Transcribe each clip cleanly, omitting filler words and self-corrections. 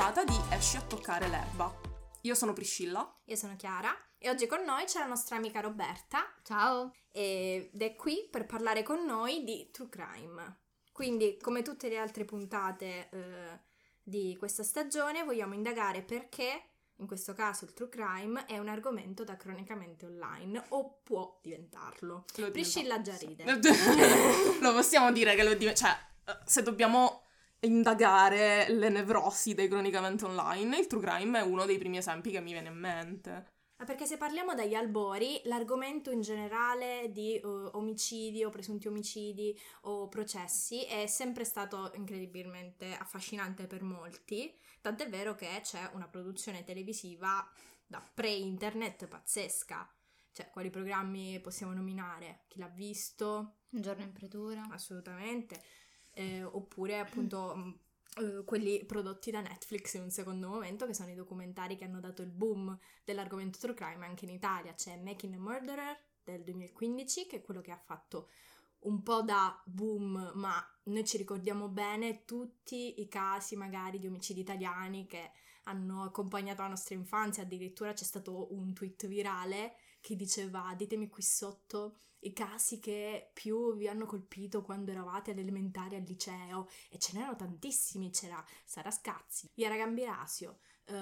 puntata di Esci a toccare l'erba. Io sono Priscilla. Io sono Chiara e oggi con noi c'è la nostra amica Roberta. Ciao! Ed è qui per parlare con noi di True Crime. Quindi, come tutte le altre puntate di questa stagione, vogliamo indagare perché, in questo caso, il True Crime è un argomento da cronicamente online, o può diventarlo. Priscilla già ride. Lo possiamo dire che cioè, se dobbiamo indagare le nevrosi dei cronicamente online, il True Crime è uno dei primi esempi che mi viene in mente. Perché se parliamo dagli albori, l'argomento in generale di omicidi o presunti omicidi o processi è sempre stato incredibilmente affascinante per molti, tant'è vero che c'è una produzione televisiva da pre-internet pazzesca. Cioè, quali programmi possiamo nominare? Chi l'ha visto? Un giorno in pretura. Assolutamente. Oppure appunto quelli prodotti da Netflix in un secondo momento, che sono i documentari che hanno dato il boom dell'argomento true crime anche in Italia. C'è Making a Murderer del 2015, che è quello che ha fatto un po' da boom, ma noi ci ricordiamo bene tutti i casi magari di omicidi italiani che hanno accompagnato la nostra infanzia. Addirittura c'è stato un tweet virale che diceva: ditemi qui sotto i casi che più vi hanno colpito quando eravate alle elementari, al liceo, e ce n'erano tantissimi. C'era Sara Scazzi, Iara Gambirasio,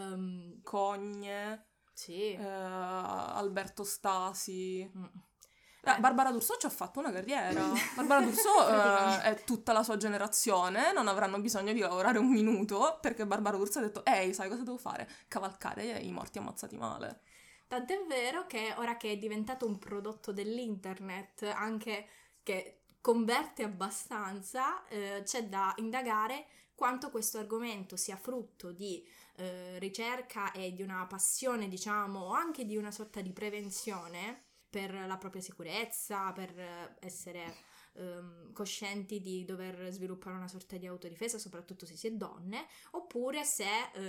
Cogne, sì, Alberto Stasi. Barbara D'Urso ci ha fatto una carriera. Barbara D'Urso è tutta la sua generazione, non avranno bisogno di lavorare un minuto, perché Barbara D'Urso ha detto: ehi, sai cosa devo fare? Cavalcare i morti ammazzati male. Tant'è vero che ora che è diventato un prodotto dell'internet, anche che converte abbastanza, c'è da indagare quanto questo argomento sia frutto di ricerca e di una passione, diciamo, o anche di una sorta di prevenzione per la propria sicurezza, per essere coscienti di dover sviluppare una sorta di autodifesa, soprattutto se si è donne, oppure se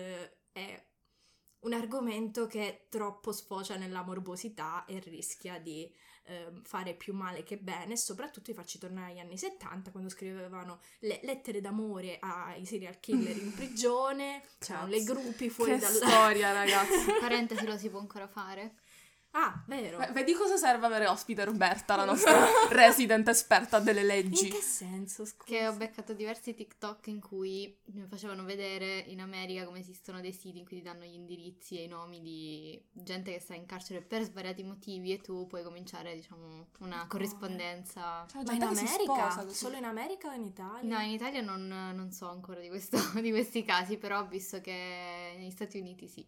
è un argomento che troppo sfocia nella morbosità e rischia di fare più male che bene, e soprattutto di farci tornare agli anni 70, quando scrivevano le lettere d'amore ai serial killer in prigione, c'erano le gruppi fuori che storia, ragazzi. Parentesi, lo si può ancora fare? Ah, vero. Vedi cosa serve avere ospite Roberta, la nostra resident esperta delle leggi. In che senso, scusa? Che ho beccato diversi TikTok in cui mi facevano vedere in America come esistono dei siti in cui ti danno gli indirizzi e i nomi di gente che sta in carcere per svariati motivi, e tu puoi cominciare, diciamo, una corrispondenza. Cioè, Ma in gente che si America? sposa così. Solo in America o in Italia? No, in Italia non so ancora di questi casi, però ho visto che negli Stati Uniti sì.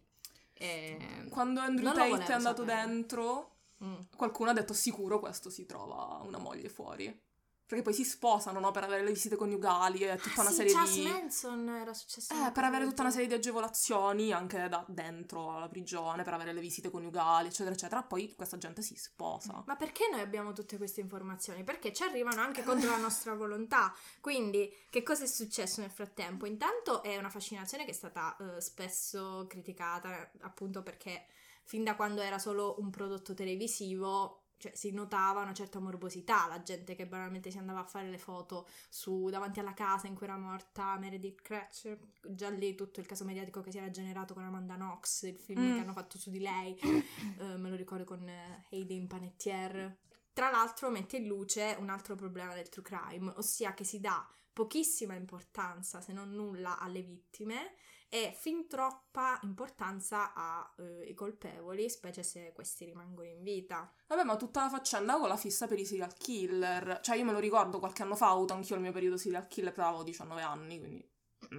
Quando Andrew Non lo Tate volevo è andato sapere. dentro, qualcuno ha detto: sicuro questo si trova una moglie fuori. Perché poi si sposano, no? Per avere le visite coniugali e tutta una serie Charles di... Manson era successo. per avere tutta una serie di agevolazioni anche da dentro alla prigione, per avere le visite coniugali, eccetera, eccetera. Poi questa gente si sposa. Ma perché noi abbiamo tutte queste informazioni? Perché ci arrivano anche contro la nostra volontà. Quindi, che cosa è successo nel frattempo? Intanto è una fascinazione che è stata spesso criticata, appunto perché fin da quando era solo un prodotto televisivo, cioè, si notava una certa morbosità, la gente che banalmente si andava a fare le foto davanti alla casa in cui era morta Meredith Cratcher, già lì tutto il caso mediatico che si era generato con Amanda Knox, il film che hanno fatto su di lei, me lo ricordo con Hayden Panettiere. Tra l'altro mette in luce un altro problema del true crime, ossia che si dà pochissima importanza, se non nulla, alle vittime e fin troppa importanza ai colpevoli, specie se questi rimangono in vita. Vabbè, ma tutta la faccenda con la fissa per i serial killer. Cioè, io me lo ricordo, qualche anno fa ho avuto anch'io il mio periodo serial killer, però avevo 19 anni, quindi...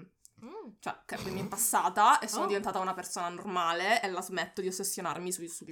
Cioè, che mi è passata e sono diventata una persona normale e la smetto di ossessionarmi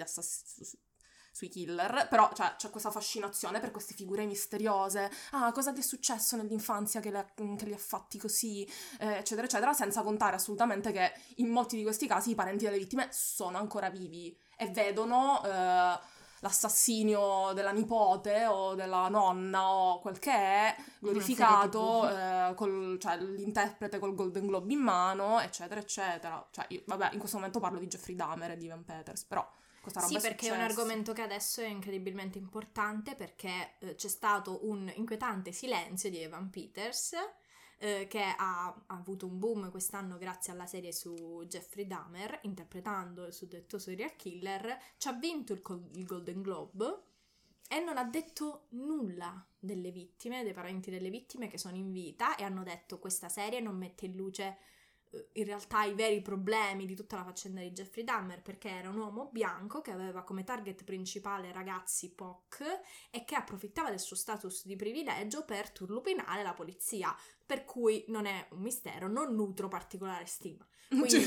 sui killer, però cioè, c'è questa fascinazione per queste figure misteriose. Ah, cosa ti è successo nell'infanzia che li ha fatti così, eccetera, eccetera, senza contare assolutamente che in molti di questi casi i parenti delle vittime sono ancora vivi e vedono l'assassinio della nipote o della nonna o quel che è glorificato, cioè l'interprete col Golden Globe in mano, eccetera, eccetera. Cioè, vabbè, in questo momento parlo di Jeffrey Dahmer e di Evan Peters, però... Sì, perché è un argomento che adesso è incredibilmente importante, perché c'è stato un inquietante silenzio di Evan Peters che ha avuto un boom quest'anno grazie alla serie su Jeffrey Dahmer, interpretando il suddetto serial killer, ci ha vinto il Golden Globe e non ha detto nulla delle vittime, dei parenti delle vittime che sono in vita, e hanno detto: questa serie non mette in luce in realtà i veri problemi di tutta la faccenda di Jeffrey Dahmer, perché era un uomo bianco che aveva come target principale ragazzi POC e che approfittava del suo status di privilegio per turlupinare la polizia, per cui non è un mistero, non nutro particolare stima. Quindi,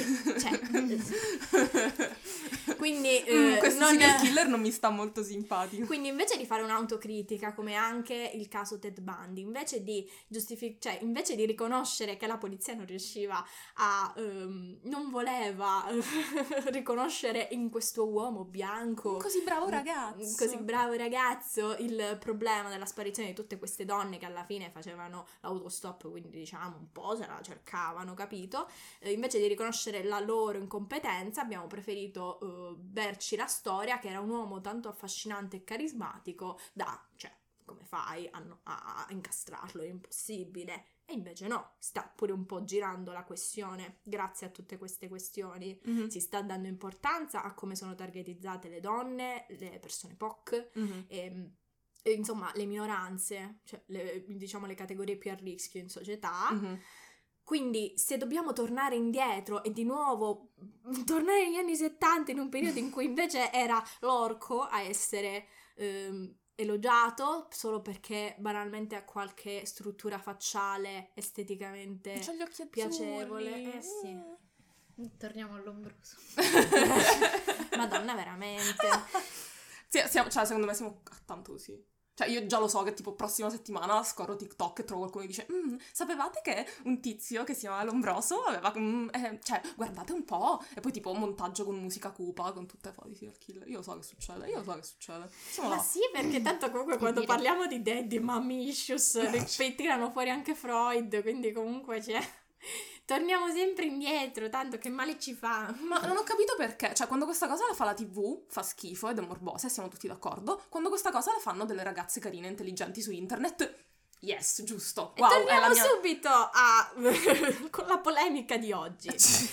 questo serial killer non mi sta molto simpatico. Quindi invece di fare un'autocritica, come anche il caso Ted Bundy, invece di riconoscere che la polizia non riusciva non voleva riconoscere in questo uomo bianco un così bravo ragazzo il problema della sparizione di tutte queste donne che alla fine facevano l'autostop, quindi diciamo un po' se la cercavano, capito? Invece di riconoscere la loro incompetenza abbiamo preferito berci la storia che era un uomo tanto affascinante e carismatico come fai a incastrarlo? È impossibile. E invece no, sta pure un po' girando la questione. Grazie a tutte queste questioni si sta dando importanza a come sono targetizzate le donne, le persone POC, e insomma le minoranze, cioè le categorie più a rischio in società. Quindi se dobbiamo tornare indietro e di nuovo tornare negli anni 70, in un periodo in cui invece era l'orco a essere elogiato solo perché banalmente ha qualche struttura facciale esteticamente c'ha gli occhi piacevole, sì. Torniamo all'ombroso. Madonna, veramente. Secondo me siamo tanto così. Cioè, io già lo so che tipo prossima settimana scorro TikTok e trovo qualcuno che dice sapevate che un tizio che si chiama Lombroso aveva... guardate un po'. E poi tipo un montaggio con musica cupa, con tutte le foto di serial killer. Io so che succede. Siamo Ma là. sì, perché tanto comunque quando parliamo di daddy, mommy issues, tirano fuori anche Freud, quindi comunque torniamo sempre indietro, tanto che male ci fa. Ma non ho capito perché, cioè quando questa cosa la fa la TV fa schifo ed è morbosa e siamo tutti d'accordo, quando questa cosa la fanno delle ragazze carine e intelligenti su internet, yes, giusto. E torniamo subito con la polemica di oggi.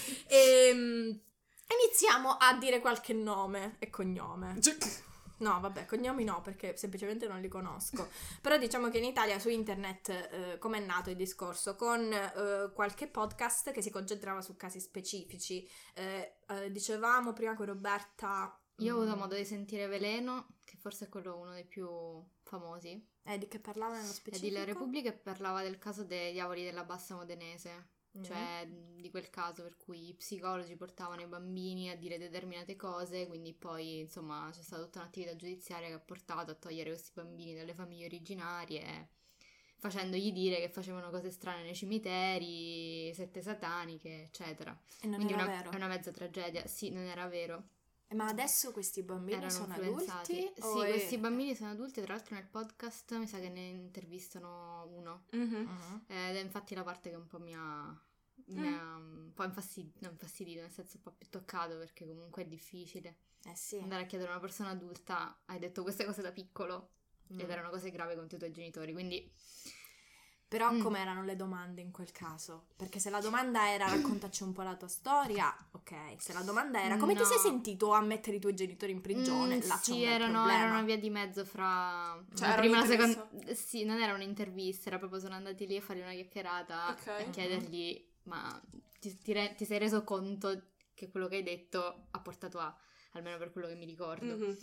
Iniziamo a dire qualche nome e cognome. No, vabbè, cognomi no, perché semplicemente non li conosco. Però diciamo che in Italia su internet com'è nato il discorso? Con qualche podcast che si concentrava su casi specifici. Dicevamo prima con Roberta... Io ho avuto modo di sentire Veleno, che forse è quello uno dei più famosi. Di che parlava nello specifico? Di La Repubblica, e parlava del caso dei diavoli della Bassa Modenese. Cioè di quel caso per cui i psicologi portavano i bambini a dire determinate cose, quindi poi insomma c'è stata tutta un'attività giudiziaria che ha portato a togliere questi bambini dalle famiglie originarie, facendogli dire che facevano cose strane nei cimiteri, sette sataniche, eccetera. E non quindi era vero? È una mezza tragedia. Sì, non era vero. Ma adesso questi bambini erano sono influenzati. adulti? Sì, questi bambini sono adulti, tra l'altro nel podcast mi sa che ne intervistano uno. Ed è infatti la parte che un po' mi ha un po' infastidito, nel senso un po' più toccato, perché comunque è difficile sì. andare a chiedere a una persona adulta: hai detto queste cose da piccolo ed erano cose gravi contro i tuoi genitori, quindi... Però come erano le domande in quel caso? Perché se la domanda era raccontaci un po' la tua storia, ok. Se la domanda era come ti sei sentito a mettere i tuoi genitori in prigione, là c'è un bel problema. Era una via di mezzo fra... Cioè, la prima e la seconda... Sì, non era un'intervista, era proprio sono andati lì a fare una chiacchierata e chiedergli: ma ti sei reso conto che quello che hai detto ha portato a... almeno per quello che mi ricordo.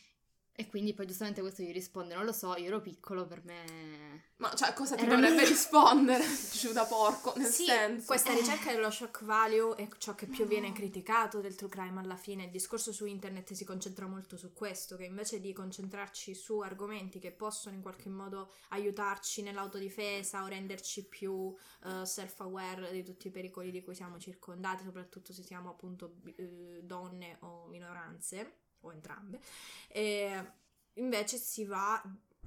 E quindi poi giustamente questo gli risponde: non lo so, io ero piccolo, per me... Ma cioè cosa ti dovrebbe rispondere? Giù da porco, nel senso. Questa ricerca dello shock value è ciò che più viene criticato del true crime alla fine. Il discorso su internet si concentra molto su questo, che invece di concentrarci su argomenti che possono in qualche modo aiutarci nell'autodifesa o renderci più self-aware di tutti i pericoli di cui siamo circondati, soprattutto se siamo appunto donne o minoranze, o entrambe, e invece si va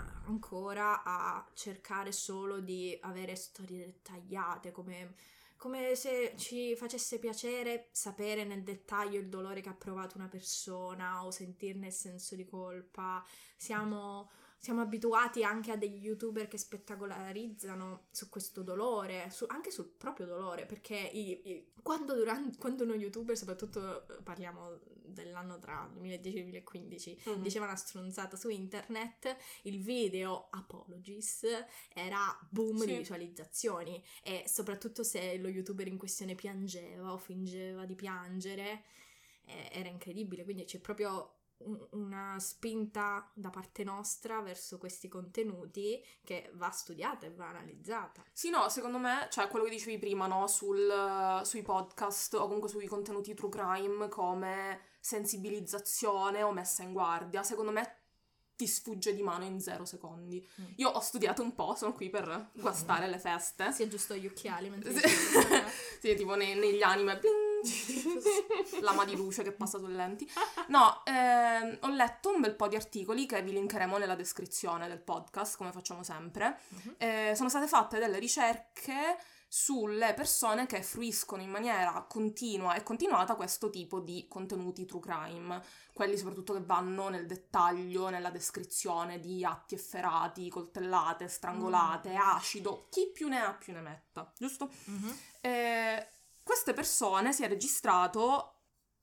ancora a cercare solo di avere storie dettagliate, come se ci facesse piacere sapere nel dettaglio il dolore che ha provato una persona o sentirne il senso di colpa. Siamo siamo abituati anche a degli youtuber che spettacolarizzano su questo dolore, anche sul proprio dolore, perché quando uno youtuber, soprattutto parliamo dell'anno tra 2010 e 2015, diceva una stronzata su internet, il video Apologies era boom di visualizzazioni, e soprattutto se lo youtuber in questione piangeva o fingeva di piangere, era incredibile. Quindi c'è proprio una spinta da parte nostra verso questi contenuti che va studiata e va analizzata. Sì, no, secondo me, cioè quello che dicevi prima, no, sui podcast o comunque sui contenuti true crime come sensibilizzazione o messa in guardia, secondo me ti sfugge di mano in 0 secondi. Io ho studiato un po', sono qui per guastare le feste. Si aggiustò gli occhiali mentre sì, tipo negli anime, bling, lama di luce che passa sulle lenti. No, ho letto un bel po' di articoli che vi linkeremo nella descrizione del podcast, come facciamo sempre. Sono state fatte delle ricerche sulle persone che fruiscono in maniera continua e continuata questo tipo di contenuti true crime, quelli soprattutto che vanno nel dettaglio, nella descrizione di atti efferati, coltellate, strangolate, acido, chi più ne ha più ne metta, giusto? Queste persone si è registrato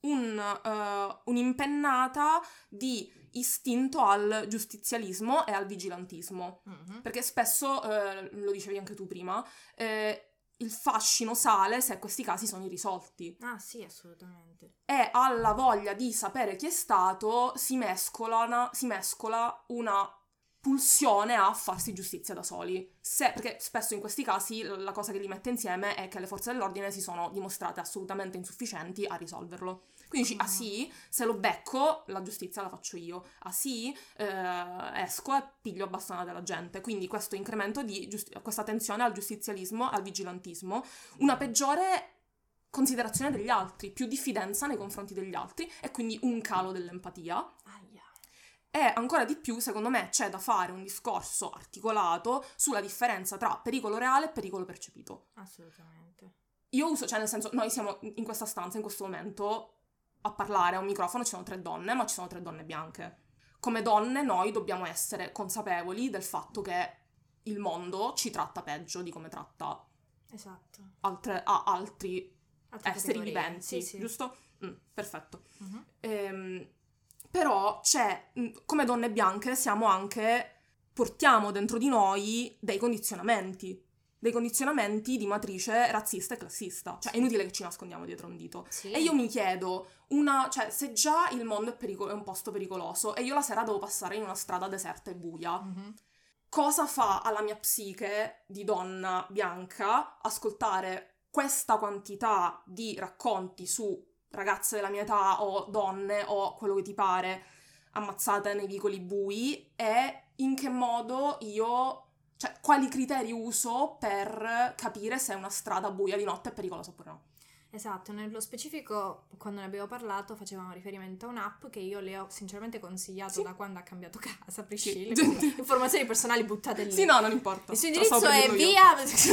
un'impennata di istinto al giustizialismo e al vigilantismo, perché spesso, lo dicevi anche tu prima, il fascino sale se questi casi sono irrisolti. Ah sì, assolutamente. E alla voglia di sapere chi è stato si mescola una pulsione a farsi giustizia da soli. Perché spesso in questi casi la cosa che li mette insieme è che le forze dell'ordine si sono dimostrate assolutamente insufficienti a risolverlo. Quindi dici, ah sì, se lo becco, la giustizia la faccio io. Ah sì, esco e piglio a bastonate la gente. Quindi questo incremento di questa tensione al giustizialismo, al vigilantismo, una peggiore considerazione degli altri, più diffidenza nei confronti degli altri e quindi un calo dell'empatia. E ancora di più, secondo me, c'è da fare un discorso articolato sulla differenza tra pericolo reale e pericolo percepito. Assolutamente. Io uso, cioè nel senso, noi siamo in questa stanza in questo momento a parlare a un microfono, ci sono 3 donne, ma ci sono 3 donne bianche. Come donne noi dobbiamo essere consapevoli del fatto che il mondo ci tratta peggio di come tratta altri esseri viventi, sì. Giusto? Perfetto. Però come donne bianche portiamo dentro di noi dei condizionamenti di matrice razzista e classista. Cioè è inutile che ci nascondiamo dietro un dito. Sì. E io mi chiedo, cioè se già il mondo è un posto pericoloso e io la sera devo passare in una strada deserta e buia, cosa fa alla mia psiche di donna bianca ascoltare questa quantità di racconti su ragazze della mia età o donne o quello che ti pare ammazzate nei vicoli bui, e in che modo cioè quali criteri uso per capire se una strada buia di notte è pericolosa oppure no. Esatto, nello specifico quando ne abbiamo parlato facevamo riferimento a un'app che io le ho sinceramente consigliato da quando ha cambiato casa, Priscilla. Informazioni personali buttate lì. Sì, no, non importa. Il suo indirizzo è via...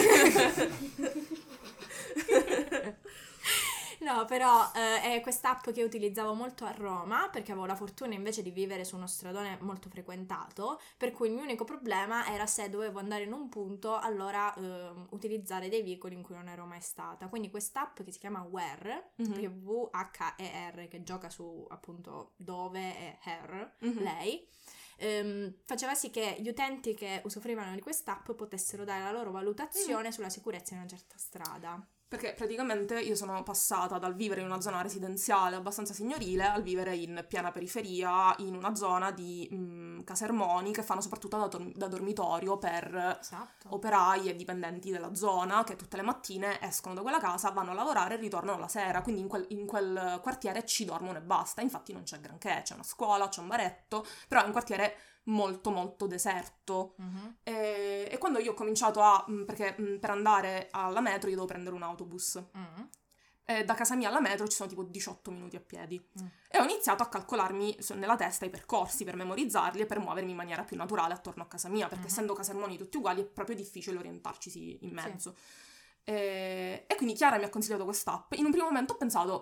No, però è quest'app che utilizzavo molto a Roma, perché avevo la fortuna invece di vivere su uno stradone molto frequentato, per cui il mio unico problema era se dovevo andare in un punto, allora utilizzare dei vicoli in cui non ero mai stata. Quindi quest'app che si chiama Where, WHER, che gioca su appunto dove è her, lei, faceva sì che gli utenti che usufruivano di quest'app potessero dare la loro valutazione sulla sicurezza di una certa strada. Perché praticamente io sono passata dal vivere in una zona residenziale abbastanza signorile al vivere in piena periferia, in una zona di casermoni che fanno soprattutto da dormitorio per operai e dipendenti della zona, che tutte le mattine escono da quella casa, vanno a lavorare e ritornano la sera, quindi in quel quartiere ci dormono e basta. Infatti non c'è granché, c'è una scuola, c'è un baretto, però è un quartiere molto molto deserto. E quando io ho cominciato perché per andare alla metro io devo prendere un autobus, da casa mia alla metro ci sono tipo 18 minuti a piedi, e ho iniziato a calcolarmi nella testa i percorsi per memorizzarli e per muovermi in maniera più naturale attorno a casa mia, perché essendo casermoni tutti uguali è proprio difficile orientarci in mezzo. E quindi Chiara mi ha consigliato quest'app. In un primo momento ho pensato,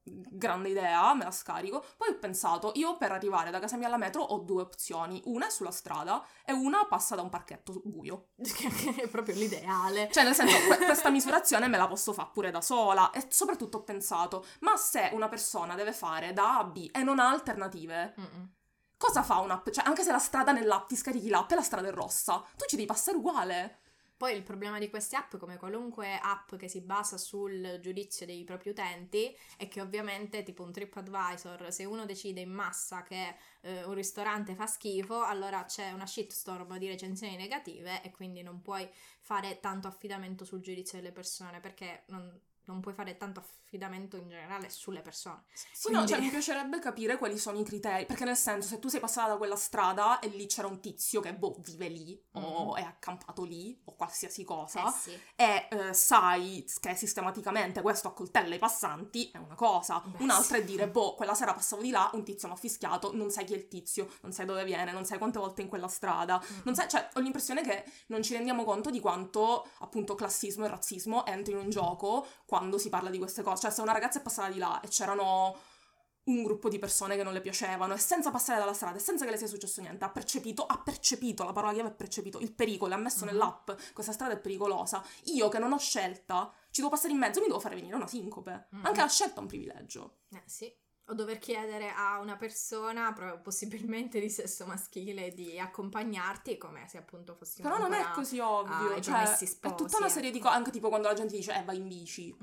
grande idea, me la scarico. Poi ho pensato, io per arrivare da casa mia alla metro ho 2 opzioni, una è sulla strada e una passa da un parchetto buio. È proprio l'ideale. Cioè, nel senso, questa misurazione me la posso fare pure da sola. E soprattutto ho pensato, ma se una persona deve fare da A a B e non ha alternative, cosa fa un'app? Cioè, anche se la strada nell'app, ti scarichi l'app e la strada è rossa, tu ci devi passare uguale. Poi il problema di queste app, come qualunque app che si basa sul giudizio dei propri utenti, è che ovviamente tipo un TripAdvisor, se uno decide in massa che un ristorante fa schifo, allora c'è una shitstorm di recensioni negative e quindi non puoi fare tanto affidamento sul giudizio delle persone, perché non puoi fare tanto affidamento in generale sulle persone. Sì, no, cioè mi piacerebbe capire quali sono i criteri, perché nel senso, se tu sei passata da quella strada e lì c'era un tizio che vive lì o è accampato lì o qualsiasi cosa sì. e sai che sistematicamente questo accoltella i passanti è una cosa, un'altra è dire quella sera passavo di là, un tizio mi ha fischiato, non sai chi è il tizio, non sai dove viene, non sai quante volte in quella strada, non sai, cioè ho l'impressione che non ci rendiamo conto di quanto appunto classismo e razzismo entrino in gioco quando si parla di queste cose. Cioè, se una ragazza è passata di là e c'erano un gruppo di persone che non le piacevano e senza passare dalla strada e senza che le sia successo niente, ha percepito, la parola chiave è percepito, il pericolo, è ammesso nell'app, questa strada è pericolosa, io che non ho scelta, ci devo passare in mezzo, mi devo fare venire una sincope. Anche la scelta è un privilegio. Sì. O dover chiedere a una persona, possibilmente di sesso maschile, di accompagnarti, come se appunto fossimo però non è così ovvio, cioè è tutta una serie di cose, anche tipo quando la gente dice vai in bici.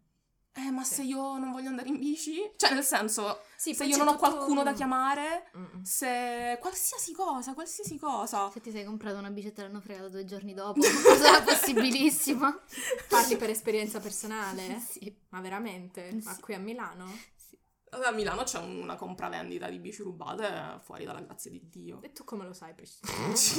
Ma se io non voglio andare in bici? Cioè, nel senso, se io non ho qualcuno da chiamare, se qualsiasi cosa. Se ti sei comprato una bicicletta e l'hanno fregata 2 giorni dopo, cosa possibilissima. Parli per esperienza personale? Sì. Ma veramente? Ma qui a Milano? Sì. A Milano c'è una compravendita di bici rubate fuori dalla grazia di Dio. E tu come lo sai, Priscilla?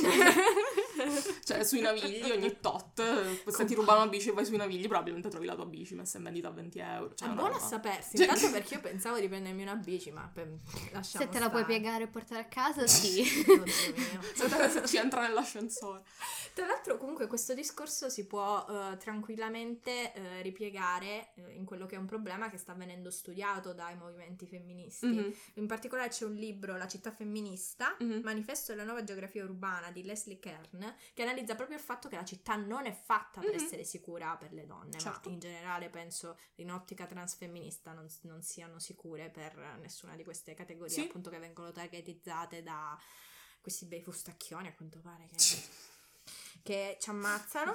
Cioè, sui Navigli ogni tot, se ti rubano una bici e vai sui Navigli, probabilmente trovi la tua bici messa in vendita a 20 euro. Cioè, è buono a sapersi, intanto perché io pensavo di prendermi una bici, ma lasciamo se te la puoi piegare e portare a casa, sì. Oddio mio. Se ci entra nell'ascensore. Tra l'altro, comunque, questo discorso si può tranquillamente ripiegare in quello che è un problema che sta venendo studiato dai movimenti femministi. In particolare c'è un libro, La città femminista, Manifesto della nuova geografia urbana di Leslie Kern, che analizza proprio il fatto che la città non è fatta per essere sicura per le donne, certo. ma in generale penso in ottica transfemminista non siano sicure per nessuna di queste categorie, appunto, che vengono targetizzate da questi bei fustacchioni, a quanto pare, che ci ammazzano.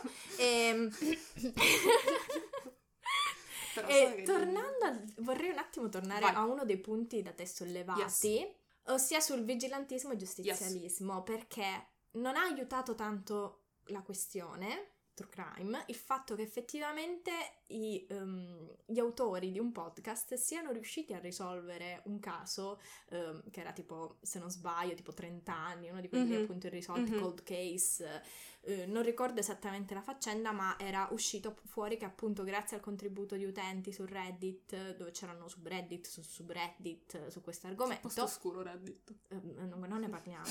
E vorrei un attimo tornare a uno dei punti da te sollevati, ossia sul vigilantismo e giustizialismo, perché non ha aiutato tanto la questione true crime il fatto che effettivamente gli autori di un podcast siano riusciti a risolvere un caso che era tipo, se non sbaglio, tipo 30 anni, uno di quelli appunto irrisolti, cold case. Non ricordo esattamente la faccenda, ma era uscito fuori che appunto grazie al contributo di utenti su Reddit, dove c'erano subreddit su subreddit su questo argomento. Posto oscuro Reddit. Non ne parliamo.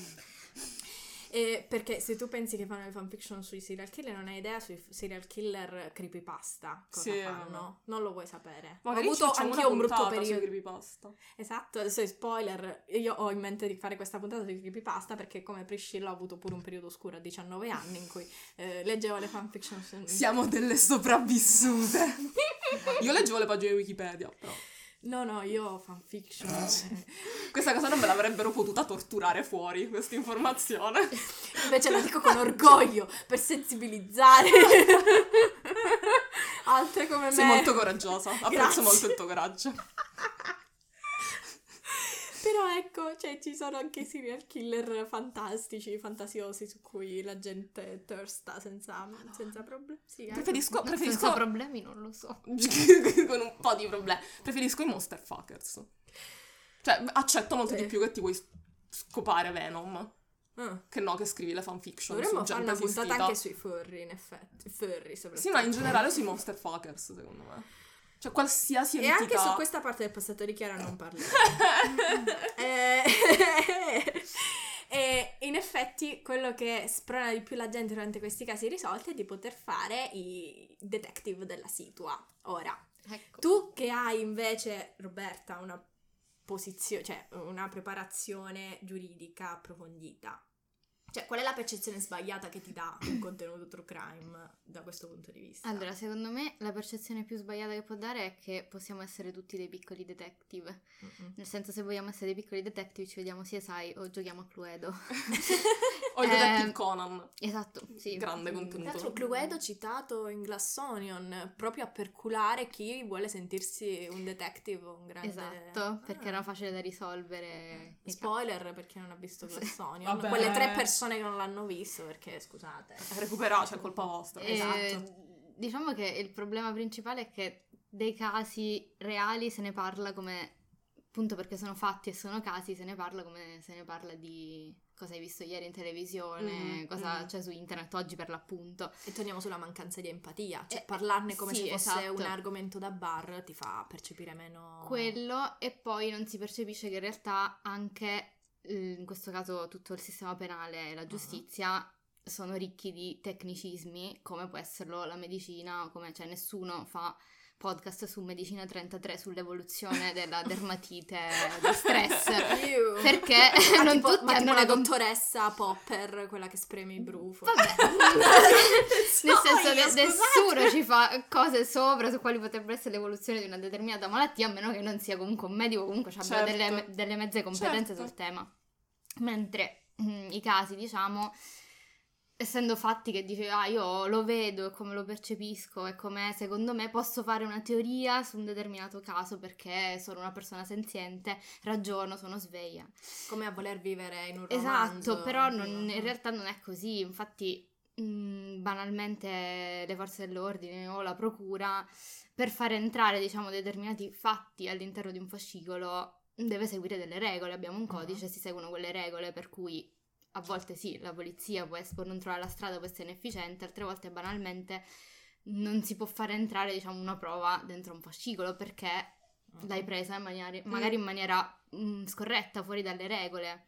Perché se tu pensi che fanno le fanfiction sui serial killer, non hai idea sui serial killer creepypasta cosa fanno. Non lo vuoi sapere. Magari ho avuto anch'io un brutto periodo creepypasta. Esatto, adesso spoiler, io ho in mente di fare questa puntata di creepypasta perché come Priscilla ho avuto pure un periodo oscuro a 19 anni in cui leggevo le fanfiction. Siamo delle sopravvissute. Io leggevo le pagine di Wikipedia, però. No, io fanfiction. Questa cosa non me l'avrebbero potuta torturare fuori, questa informazione. Invece la dico con orgoglio, per sensibilizzare altre come me. Sei molto coraggiosa, apprezzo Grazie. molto il tuo coraggio. Però ecco, cioè ci sono anche serial killer fantastici, fantasiosi, su cui la gente thirsta senza problemi. Sì, Preferisco Senza problemi non lo so. con un po' di problemi. Preferisco i monster fuckers. Cioè, accetto molto di più che ti vuoi scopare Venom. Che no, che scrivi le fanfiction. Dovremmo su fare gente una puntata esistita. anche sui furry, in effetti. Furry, soprattutto. Sì, ma in generale sui monster fuckers, secondo me. Cioè, qualsiasi entità. E anche su questa parte del passato di Chiara non parliamo. E in effetti quello che sprona di più la gente durante questi casi risolti è di poter fare i detective della situa. Ora, Ecco. Tu che hai invece, Roberta, una posizione, cioè una preparazione giuridica approfondita, cioè qual è la percezione sbagliata che ti dà un contenuto true crime da questo punto di vista? Allora, secondo me la percezione più sbagliata che può dare è che possiamo essere tutti dei piccoli detective. Nel senso, se vogliamo essere dei piccoli detective ci vediamo CSI o giochiamo a Cluedo. O il Detective Conan. Esatto, sì. Grande Tra contenuto. l'altro Cluedo citato in Glass Onion proprio a perculare chi vuole sentirsi un detective o un grande... Esatto, perché era facile da risolvere. Spoiler per chi non ha visto Glass Onion. Vabbè. Quelle 3 persone che non l'hanno visto, perché scusate. Recuperate, è colpa vostra. Esatto. Diciamo che il problema principale è che dei casi reali se ne parla come, appunto perché sono fatti e sono casi, se ne parla come se ne parla di cosa hai visto ieri in televisione, cosa c'è su internet oggi per l'appunto. E torniamo sulla mancanza di empatia, cioè parlarne come sì, se fosse esatto. un argomento da bar ti fa percepire meno... Quello, e poi non si percepisce che in realtà anche, in questo caso tutto il sistema penale e la giustizia sono ricchi di tecnicismi, come può esserlo la medicina, come, cioè nessuno fa podcast su Medicina 33 sull'evoluzione della dermatite da stress, perché non tipo, tutti ma hanno tipo le la dottoressa Popper, quella che spreme i brufo. Vabbè, nel senso che nessuno ci fa cose sopra su quali potrebbe essere l'evoluzione di una determinata malattia, a meno che non sia comunque un medico, comunque abbia delle mezze competenze sul tema. Mentre i casi, diciamo, essendo fatti che dice io lo vedo e come lo percepisco e come secondo me posso fare una teoria su un determinato caso perché sono una persona senziente, ragiono, sono sveglia. Come a voler vivere in un romanzo. Esatto, però in realtà non è così. Infatti banalmente le forze dell'ordine o la procura, per far entrare, diciamo, determinati fatti all'interno di un fascicolo deve seguire delle regole. Abbiamo un codice, si seguono quelle regole, per cui a volte sì, la polizia può non trovare la strada, può essere inefficiente, altre volte banalmente non si può fare entrare, diciamo, una prova dentro un fascicolo perché l'hai presa magari in maniera scorretta, fuori dalle regole.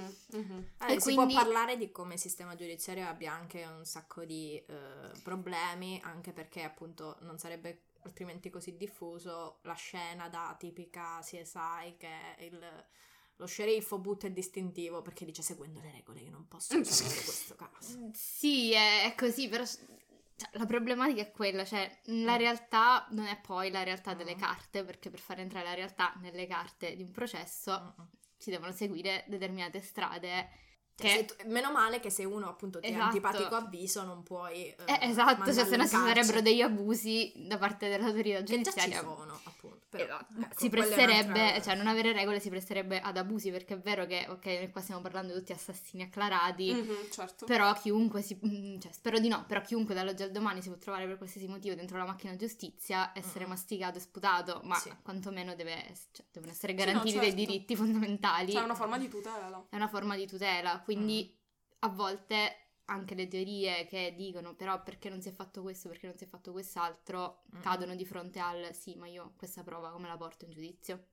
E si può parlare di come il sistema giudiziario abbia anche un sacco di problemi, anche perché appunto non sarebbe altrimenti così diffuso la scena da tipica CSI che lo sceriffo butta il distintivo perché dice seguendo le regole io non posso usare questo caso. Sì, è così, però la problematica è quella, cioè la realtà non è poi la realtà delle carte, perché per far entrare la realtà nelle carte di un processo si devono seguire determinate strade. Meno male che se uno appunto ti è antipatico a viso non puoi esatto, cioè se no ci sarebbero degli abusi da parte dell'autorità giudiziaria. Che già ci sono appunto, però, ecco, si presterebbe, cioè non avere regole si presterebbe ad abusi, perché è vero che ok, noi qua stiamo parlando di tutti assassini acclarati, certo. però chiunque cioè spero di no, però chiunque dall'oggi al domani si può trovare per qualsiasi motivo dentro la macchina giustizia, essere masticato e sputato, ma quantomeno devono essere garantiti dei diritti fondamentali. Cioè è una forma di tutela. È una forma di tutela, quindi a volte anche le teorie che dicono però perché non si è fatto questo, perché non si è fatto quest'altro, cadono di fronte al sì, ma io questa prova come la porto in giudizio?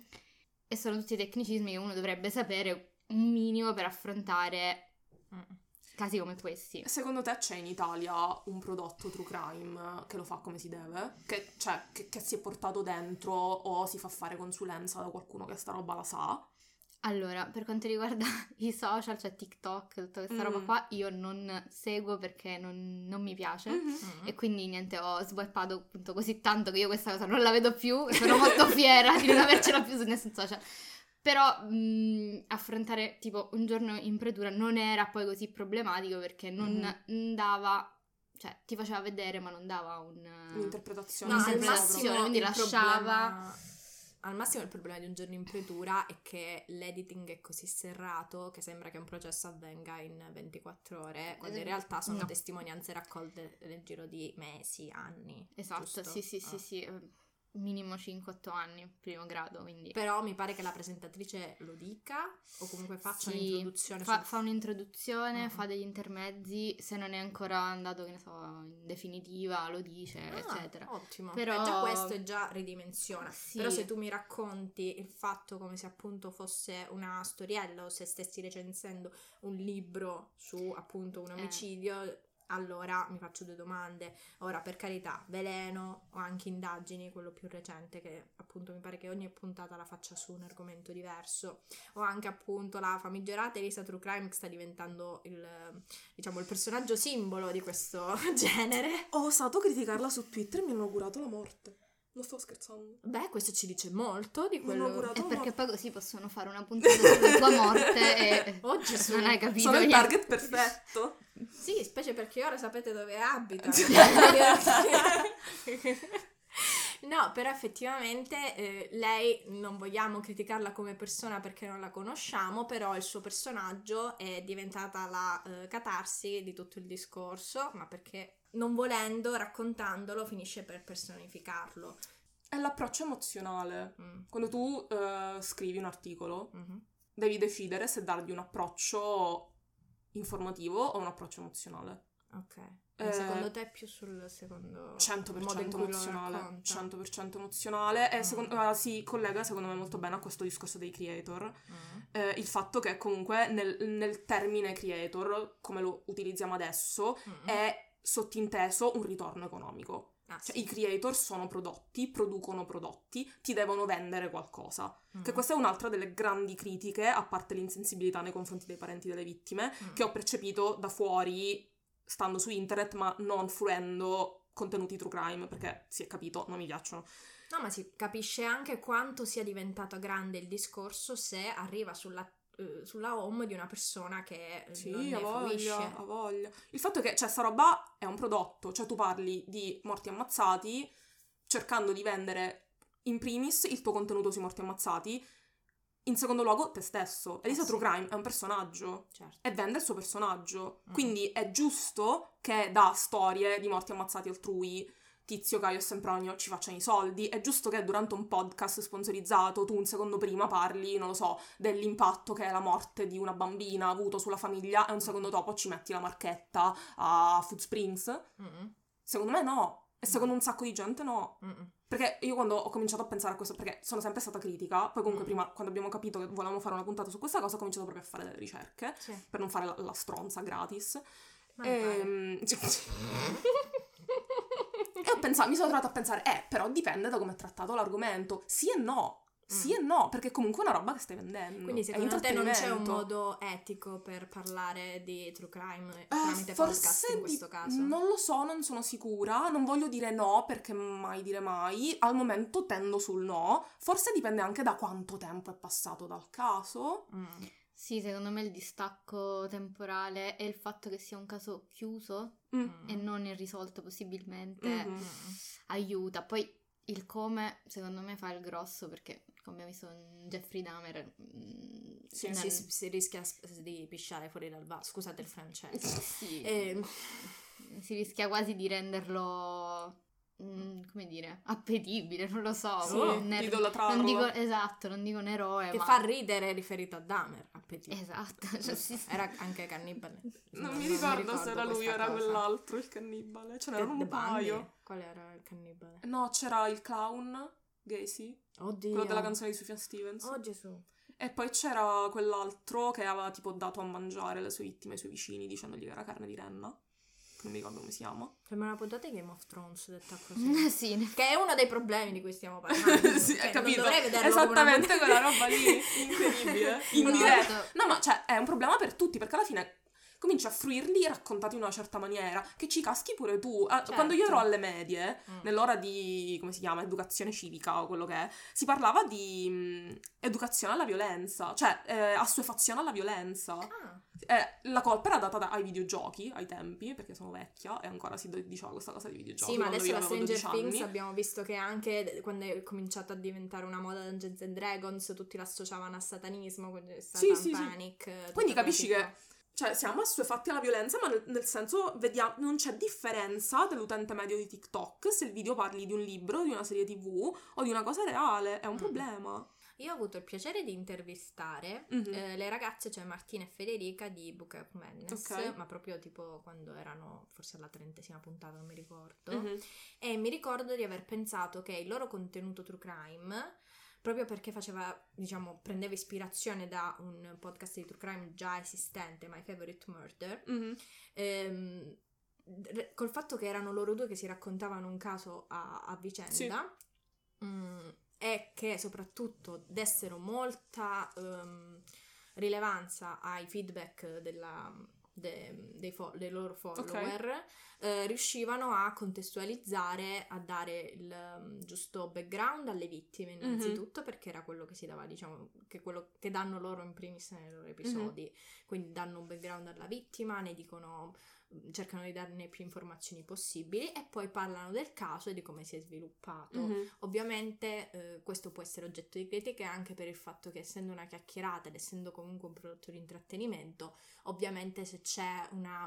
E sono tutti tecnicismi che uno dovrebbe sapere un minimo per affrontare casi come questi. Secondo te c'è in Italia un prodotto true crime che lo fa come si deve? Che si è portato dentro o si fa fare consulenza da qualcuno che sta roba la sa? Allora, per quanto riguarda i social, cioè TikTok, tutta questa roba qua, io non seguo perché non mi piace e quindi niente, ho swippato appunto così tanto che io questa cosa non la vedo più e sono molto fiera di non avercela più su nessun social. Però affrontare tipo un giorno in pretura non era poi così problematico perché non dava, cioè ti faceva vedere ma non dava un'interpretazione. Al massimo quindi lasciava... Al massimo il problema di un giorno in pretura è che l'editing è così serrato che sembra che un processo avvenga in 24 ore, quando in realtà sono testimonianze raccolte nel giro di mesi, anni. Esatto, giusto? Sì. Minimo 5-8 anni, primo grado, quindi... Però mi pare che la presentatrice lo dica o comunque faccia un'introduzione. Fa un'introduzione, fa degli intermezzi, se non è ancora andato, che ne so, in definitiva, lo dice, eccetera. Ottimo, però già questo è già ridimensiona. Sì. Però se tu mi racconti il fatto come se appunto fosse una storiella o se stessi recensendo un libro su appunto un omicidio... allora mi faccio 2 domande. Ora, per carità, Veleno o anche Indagini, quello più recente, che appunto mi pare che ogni puntata la faccia su un argomento diverso, o anche appunto la famigerata Elisa True Crime, che sta diventando il personaggio simbolo di questo genere. Ho osato criticarla su Twitter e mi hanno augurato la morte. Non sto scherzando. Beh, questo ci dice molto di Mi hanno quello. augurato E la perché morte. poi così possono fare una puntata sulla tua morte e Oh, Gesù. non hai capito Sono il niente. target perfetto. Sì, specie perché ora sapete dove abita. No, però effettivamente lei non vogliamo criticarla come persona perché non la conosciamo, però il suo personaggio è diventata la catarsi di tutto il discorso, ma perché non volendo, raccontandolo, finisce per personificarlo. È l'approccio emozionale. Quando tu scrivi un articolo, Mhm. devi decidere se dargli un approccio informativo o un approccio emozionale. Ok. Secondo te è più sul secondo 100% modo in cui lo emozionale. racconta? 100% emozionale. E si collega secondo me molto bene a questo discorso dei creator. Il fatto che comunque nel termine creator, come lo utilizziamo adesso, è sottinteso un ritorno economico. Cioè, i creator sono prodotti, producono prodotti, ti devono vendere qualcosa. Che questa è un'altra delle grandi critiche, a parte l'insensibilità nei confronti dei parenti delle vittime, che ho percepito da fuori, stando su internet, ma non fruendo contenuti true crime, perché si è capito, non mi piacciono. No, ma si capisce anche quanto sia diventato grande il discorso se arriva sulla home di una persona che non ne fruisce. Ha voglia. Il fatto è che, cioè, sta roba è un prodotto, cioè tu parli di morti ammazzati cercando di vendere in primis il tuo contenuto sui morti ammazzati, in secondo luogo te stesso. Elisa True Crime è un personaggio, Certo. e vende il suo personaggio, quindi è giusto che da storie di morti ammazzati altrui Tizio, Caio e Sempronio ci facciano i soldi. È giusto che durante un podcast sponsorizzato tu un secondo prima parli, non lo so, dell'impatto che la morte di una bambina ha avuto sulla famiglia e un secondo dopo ci metti la marchetta a Food Springs. Secondo me no, e secondo un sacco di gente no. Perché io quando ho cominciato a pensare a questo, perché sono sempre stata critica, poi comunque prima, quando abbiamo capito che volevamo fare una puntata su questa cosa, ho cominciato proprio a fare delle ricerche, Sì. per non fare la stronza gratis. Ma E mi sono trovata a pensare, però dipende da come è trattato l'argomento. Sì e no, perché comunque è una roba che stai vendendo. Quindi è secondo te non c'è un intrattenimento. modo etico per parlare di true crime tramite podcast in questo caso? Non lo so, non sono sicura, non voglio dire no perché mai dire mai, al momento tendo sul no, forse dipende anche da quanto tempo è passato dal caso. Sì, secondo me il distacco temporale e il fatto che sia un caso chiuso e non irrisolto possibilmente aiuta. Poi il come, secondo me, fa il grosso, perché come abbiamo visto in Jeffrey Dahmer Si rischia di pisciare fuori dal vaso, scusate il francese. sì, si rischia quasi di renderlo come dire, appetibile, non lo so, di idolatrarlo. non dico, esatto, non dico un eroe, Che ma fa ridere riferito a Dahmer, appetibile. esatto, cioè, sì. Era anche cannibale. Non mi ricordo se era lui o era quell'altro il cannibale, ce n'erano un paio. Qual era il cannibale? No, c'era il clown Gacy, Oddio. quello della canzone di Sufjan Stevens. Oh Gesù. E poi c'era quell'altro che aveva tipo dato a mangiare le sue vittime ai suoi vicini dicendogli che era carne di renna. Non mi ricordo come si chiama. Sembra una puntata di Game of Thrones detta così. Sì. Che è uno dei problemi di cui stiamo parlando. Sì, Cioè, hai capito? Non dovrei vederlo Esattamente come quella roba lì. Incredibile. Esatto. No, ma cioè, è un problema per tutti, perché alla fine cominci a fruirli raccontati in una certa maniera, che ci caschi pure tu. Certo. Quando io ero alle medie, nell'ora di, come si chiama, educazione civica o quello che è, si parlava di educazione alla violenza, cioè assuefazione alla violenza. La colpa era data ai videogiochi, ai tempi, perché sono vecchia e ancora si diceva questa cosa dei videogiochi. Sì, ma quando adesso io la avevo Stranger 12 Things anni. abbiamo visto che anche quando è cominciato a diventare una moda Dungeons and Dragons tutti l'associavano a satanismo, quindi è stata Sì. Panic. Quindi tutta capisci quella che cioè siamo assuefatti alla violenza, ma nel senso vediamo, non c'è differenza dell'utente medio di TikTok se il video parli di un libro, di una serie TV o di una cosa reale, è un problema. Io ho avuto il piacere di intervistare le ragazze, cioè Martina e Federica di Book of Madness, Ok. ma proprio tipo quando erano forse alla 30ª puntata, non mi ricordo. E mi ricordo di aver pensato che il loro contenuto true crime, proprio perché prendeva ispirazione da un podcast di true crime già esistente, My Favorite Murder, col fatto che erano loro due che si raccontavano un caso a vicenda, è che soprattutto dessero molta rilevanza ai feedback dei loro follower, riuscivano a contestualizzare, a dare il giusto background alle vittime innanzitutto, perché era quello che si dava, diciamo, che quello che danno loro in primis nei loro episodi, quindi danno un background alla vittima, ne dicono, cercano di darne più informazioni possibili e poi parlano del caso e di come si è sviluppato. Ovviamente questo può essere oggetto di critiche anche per il fatto che, essendo una chiacchierata ed essendo comunque un prodotto di intrattenimento, ovviamente se c'è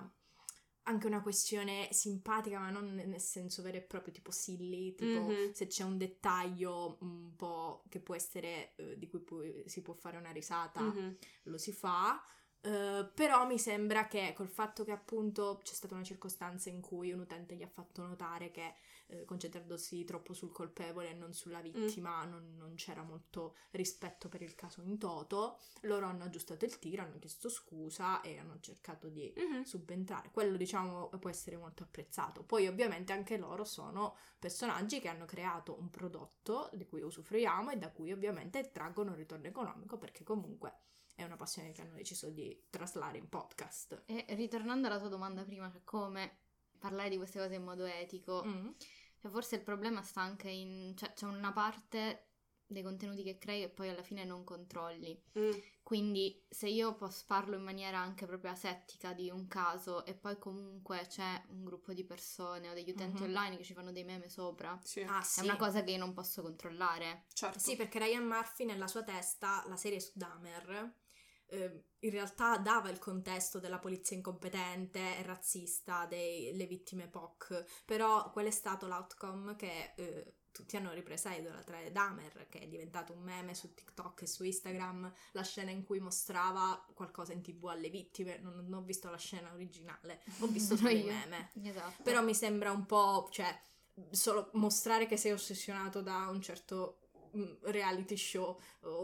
anche una questione simpatica, ma non nel senso vero e proprio tipo silly, tipo se c'è un dettaglio un po' che può essere di cui si può fare una risata, lo si fa. Però mi sembra che col fatto che appunto c'è stata una circostanza in cui un utente gli ha fatto notare che concentrandosi troppo sul colpevole e non sulla vittima non c'era molto rispetto per il caso in toto, loro hanno aggiustato il tiro, hanno chiesto scusa e hanno cercato di subentrare. Quello, diciamo, può essere molto apprezzato. Poi ovviamente anche loro sono personaggi che hanno creato un prodotto di cui usufruiamo e da cui ovviamente traggono un ritorno economico, perché comunque è una passione che hanno deciso di traslare in podcast. E ritornando alla tua domanda prima, cioè come parlare di queste cose in modo etico, cioè forse il problema sta anche cioè c'è una parte dei contenuti che crei e poi alla fine non controlli. Quindi se io parlo in maniera anche proprio asettica di un caso e poi comunque c'è un gruppo di persone o degli utenti online che ci fanno dei meme sopra, è una cosa che io non posso controllare. Certo. Sì, perché Ryan Murphy nella sua testa, la serie su Dahmer, in realtà dava il contesto della polizia incompetente e razzista delle vittime POC, però qual è stato l'outcome? Che tutti hanno ripreso a idolatrare Dahmer, che è diventato un meme su TikTok e su Instagram, la scena in cui mostrava qualcosa in TV alle vittime. Non ho visto la scena originale, ho visto solo i meme. Esatto. Però mi sembra un po', cioè, solo mostrare che sei ossessionato da un certo reality show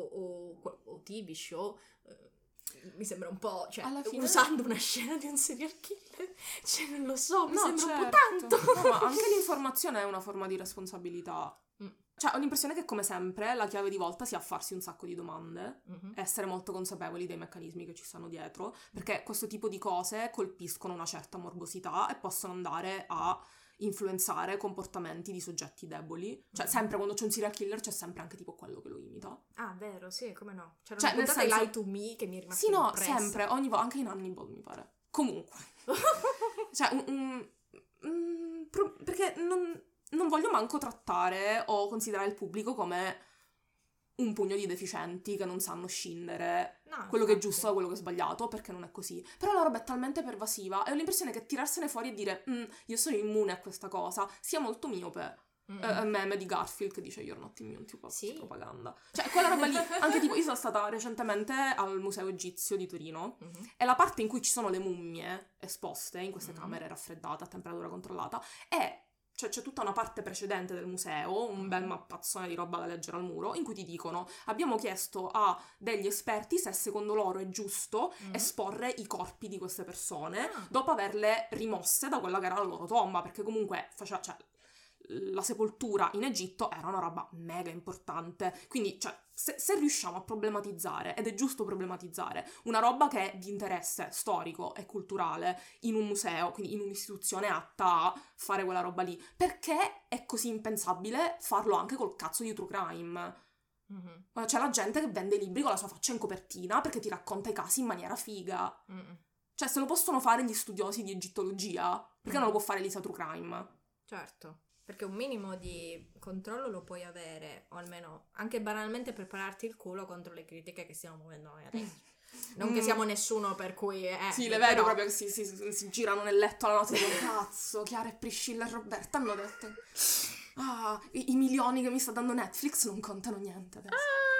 o TV show, mi sembra un po', cioè, alla fine, usando una scena di un serial killer, cioè, non lo so, mi sembra un po' tanto. No, ma anche l'informazione è una forma di responsabilità. Cioè, ho l'impressione che, come sempre, la chiave di volta sia farsi un sacco di domande, essere molto consapevoli dei meccanismi che ci stanno dietro, perché questo tipo di cose colpiscono una certa morbosità e possono andare a influenzare comportamenti di soggetti deboli. Cioè, sempre quando c'è un serial killer c'è sempre anche tipo quello che lo imita. Ah, vero, sì, come no. C'era una puntata di Lie to Me che mi è rimasta impressa. Sì, no, sempre, ogni volta, anche in Hannibal mi pare. Comunque. Cioè, perché non voglio manco trattare o considerare il pubblico come un pugno di deficienti che non sanno scindere quello che è giusto da quello che è sbagliato, perché non è così. Però la roba è talmente pervasiva e ho l'impressione che tirarsene fuori e dire io sono immune a questa cosa sia molto miope. Meme di Garfield che dice you're not immune to propaganda. Cioè quella roba lì, anche tipo io sono stata recentemente al Museo Egizio di Torino e la parte in cui ci sono le mummie esposte in queste camere raffreddate a temperatura controllata e cioè c'è tutta una parte precedente del museo, un bel mappazzone di roba da leggere al muro, in cui ti dicono abbiamo chiesto a degli esperti se secondo loro è giusto esporre i corpi di queste persone dopo averle rimosse da quella che era la loro tomba, perché comunque la sepoltura in Egitto era una roba mega importante, quindi cioè se riusciamo a problematizzare, ed è giusto problematizzare, una roba che è di interesse storico e culturale in un museo, quindi in un'istituzione atta a fare quella roba lì, perché è così impensabile farlo anche col cazzo di true crime? C'è la gente che vende libri con la sua faccia in copertina perché ti racconta i casi in maniera figa. Cioè se lo possono fare gli studiosi di egittologia, perché non lo può fare Lisa True Crime? Certo. Perché un minimo di controllo lo puoi avere, o almeno anche banalmente prepararti il culo contro le critiche che stiamo muovendo noi adesso. Non che siamo nessuno per cui... sì, le vedo proprio che si girano nel letto alla notte e dicono cazzo, Chiara e Priscilla e Roberta hanno detto i milioni che mi sta dando Netflix non contano niente adesso.